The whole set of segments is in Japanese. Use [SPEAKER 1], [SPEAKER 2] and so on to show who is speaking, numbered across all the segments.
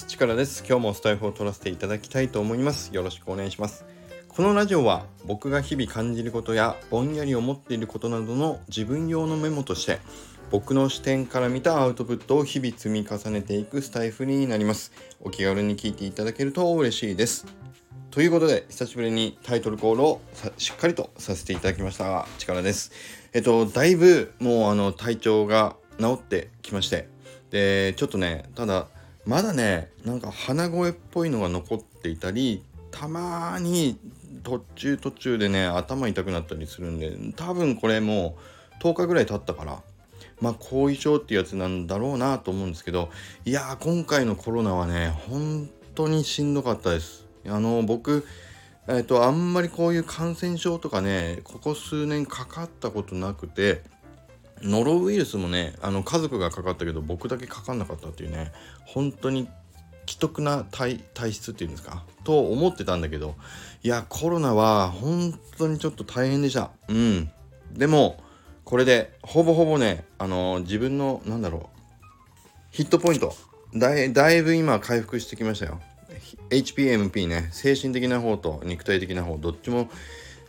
[SPEAKER 1] 力です。今日もスタイフを取らせていただきたいと思います。よろしくお願いします。このラジオは僕が日々感じることやぼんやり思っていることなどの自分用のメモとして僕の視点から見たアウトプットを日々積み重ねていくスタイフになります。お気軽に聞いていただけると嬉しいです。ということで久しぶりにタイトルコールをしっかりとさせていただきました力です。だいぶもう体調が治ってきまして、でちょっとねただまだねなんか鼻声っぽいのが残っていたり、たまに途中でね頭痛くなったりするんで、多分これもう10日ぐらい経ったから後遺症ってやつなんだろうなと思うんですけど、いやー今回のコロナはね本当にしんどかったです。僕あんまりこういう感染症とかねここ数年かかったことなくて、ノロウイルスもね家族がかかったけど僕だけかかんなかったっていうね、本当に奇特な体質っていうんですかと思ってたんだけど、いやコロナは本当にちょっと大変でした。でもこれでほぼね自分のヒットポイントだいぶ今回復してきましたよ。HPMP ね、精神的な方と肉体的な方どっちも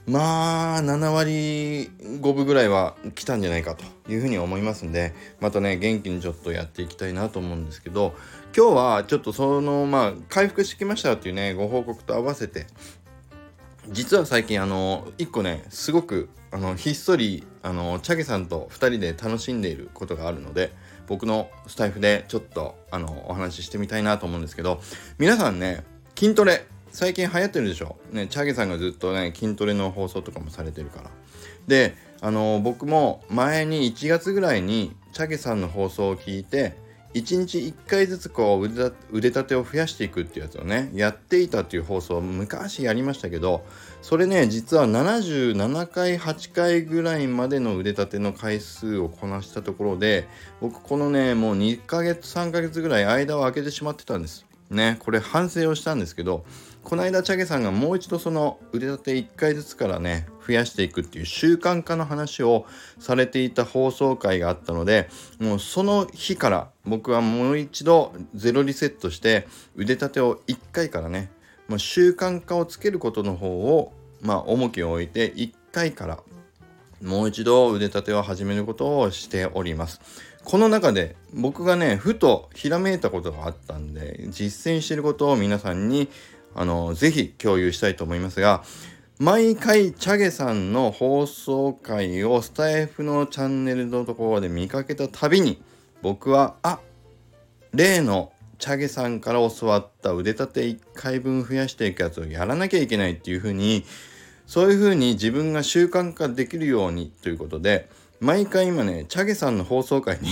[SPEAKER 1] 7割5分ぐらいは来たんじゃないかというふうに思いますんで、またね元気にちょっとやっていきたいなと思うんですけど、今日はちょっと回復してきましたっていうねご報告と合わせて、実は最近一個ねすごくひっそりチャゲさんと2人で楽しんでいることがあるので、僕のスタイフでちょっとお話ししてみたいなと思うんですけど、皆さんね筋トレ最近流行ってるでしょね。チャゲさんがずっとね筋トレの放送とかもされてるから。で僕も前に1月ぐらいにチャゲさんの放送を聞いて、1日1回ずつこう腕立てを増やしていくっていうやつをねやっていたっていう放送を昔やりましたけど、それね実は77回8回ぐらいまでの腕立ての回数をこなしたところで、僕このねもう2ヶ月3ヶ月ぐらい間を空けてしまってたんですね。これ反省をしたんですけど、この間チャゲさんがもう一度その腕立て1回ずつからね増やしていくっていう習慣化の話をされていた放送回があったので、もうその日から僕はもう一度ゼロリセットして腕立てを1回からね、習慣化をつけることの方を重きを置いて1回からもう一度腕立てを始めることをしております。この中で僕がねふとひらめいたことがあったんで、実践していることを皆さんにぜひ共有したいと思いますが、毎回チャゲさんの放送回をスタイフのチャンネルのところで見かけたたびに、僕は例のチャゲさんから教わった腕立て1回分増やしていくやつをやらなきゃいけないっていう風に、そういう風に自分が習慣化できるようにということで、毎回今ねチャゲさんの放送回に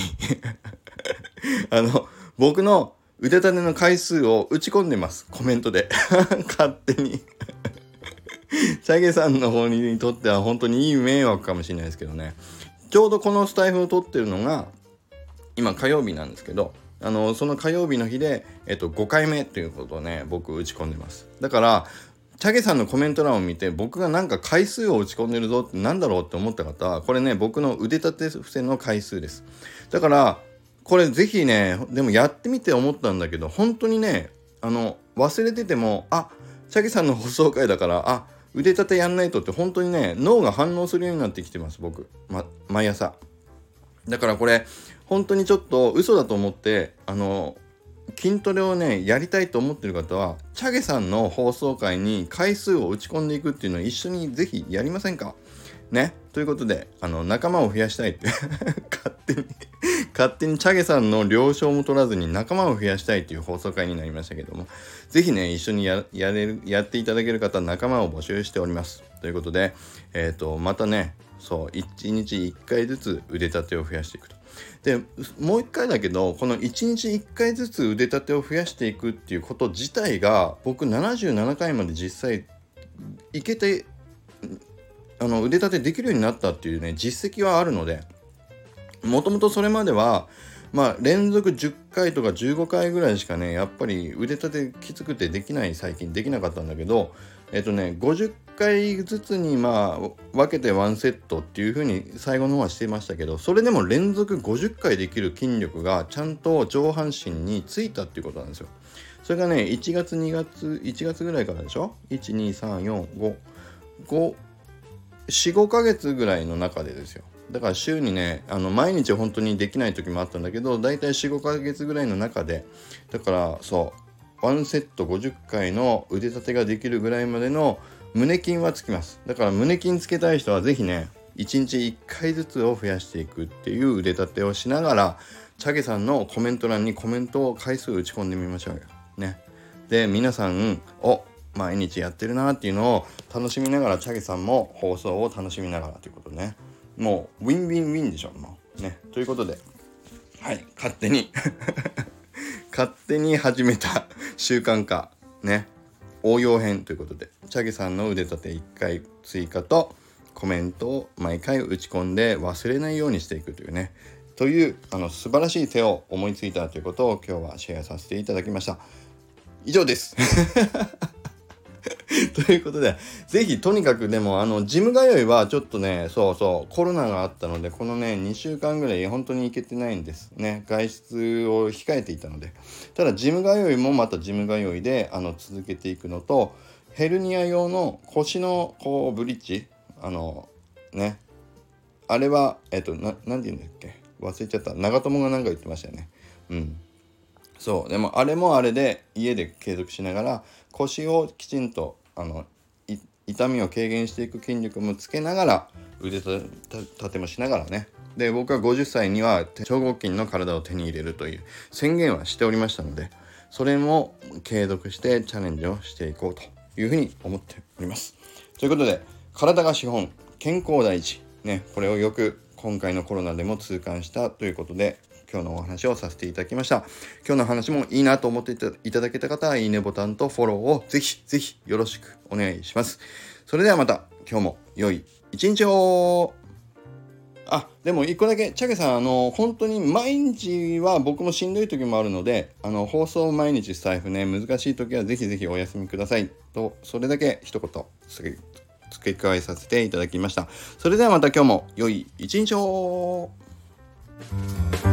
[SPEAKER 1] 僕の腕立ての回数を打ち込んでます、コメントで勝手にチャゲさんの方にとっては本当にいい迷惑かもしれないですけどね。ちょうどこのスタイフを撮ってるのが今火曜日なんですけど、その火曜日の日で、5回目ということをね僕打ち込んでます。だからチャゲさんのコメント欄を見て僕がなんか回数を打ち込んでるぞってなんだろうって思った方は、これね僕の腕立て伏せの回数です。だからこれぜひね、でもやってみて思ったんだけど、本当にね忘れててもチャゲさんの放送回だから腕立てやんないとって本当にね脳が反応するようになってきてます僕、毎朝。だからこれ本当にちょっと嘘だと思って筋トレをねやりたいと思ってる方は、チャゲさんの放送回に回数を打ち込んでいくっていうのを一緒にぜひやりませんかね。ということで仲間を増やしたいって勝手にチャゲさんの了承も取らずに仲間を増やしたいという放送回になりましたけども、ぜひね一緒にやっていただける方仲間を募集しておりますということで、またね1日1回ずつ腕立てを増やしていくと。でもう1回だけど、この1日1回ずつ腕立てを増やしていくっていうこと自体が僕77回まで実際いけて腕立てできるようになったっていうね実績はあるので、もともとそれまでは連続10回とか15回ぐらいしかねやっぱり腕立てきつくて最近できなかったんだけど、50回ずつに分けて1セットっていう風に最後の方はしてましたけど、それでも連続50回できる筋力がちゃんと上半身についたっていうことなんですよ。 それがね1月2月1月ぐらいからでしょ。 1,2,3,4,5,4,5 ヶ月ぐらいの中でですよ。だから週にね毎日本当にできない時もあったんだけど、だいたい 4,5 ヶ月ぐらいの中で、だからそう1セット50回の腕立てができるぐらいまでの胸筋はつきます。だから胸筋つけたい人はぜひね1日1回ずつを増やしていくっていう腕立てをしながら、チャゲさんのコメント欄にコメントを回数打ち込んでみましょうよね。で皆さん毎日やってるなっていうのを楽しみながら、チャゲさんも放送を楽しみながらということね。もうウィンウィンウィンでしょもうね。ということで勝手に始めた習慣化ね、応用編ということで、チャゲさんの腕立て1回追加とコメントを毎回打ち込んで忘れないようにしていくというね、という素晴らしい手を思いついたということを今日はシェアさせていただきました。以上ですということで、ぜひとにかくでもジム通いはちょっとねコロナがあったので、このね2週間ぐらい本当に行けてないんですね。外出を控えていたので。ただジム通いもまたジム通いで続けていくのと、ヘルニア用の腰のブリッジあれはなんて言うんだっけ、忘れちゃった。長友がなんか言ってましたよね。でもあれもあれで家で継続しながら、腰をきちんと痛みを軽減していく筋力もつけながら、腕立てもしながらね。で僕は50歳には超合金の体を手に入れるという宣言はしておりましたので、それも継続してチャレンジをしていこうというふうに思っております。ということで、体が資本、健康第一ね、これをよく今回のコロナでも痛感したということで、今日のお話をさせていただきました。今日の話もいいなと思っていただけた方は、いいねボタンとフォローをぜひぜひよろしくお願いします。それではまた今日も良い一日を。でも一個だけ、チャゲさん本当に毎日は僕もしんどい時もあるので、放送毎日スタイフね、難しい時はぜひぜひお休みくださいと、それだけ一言付け加えさせていただきました。それではまた今日も良い一日を。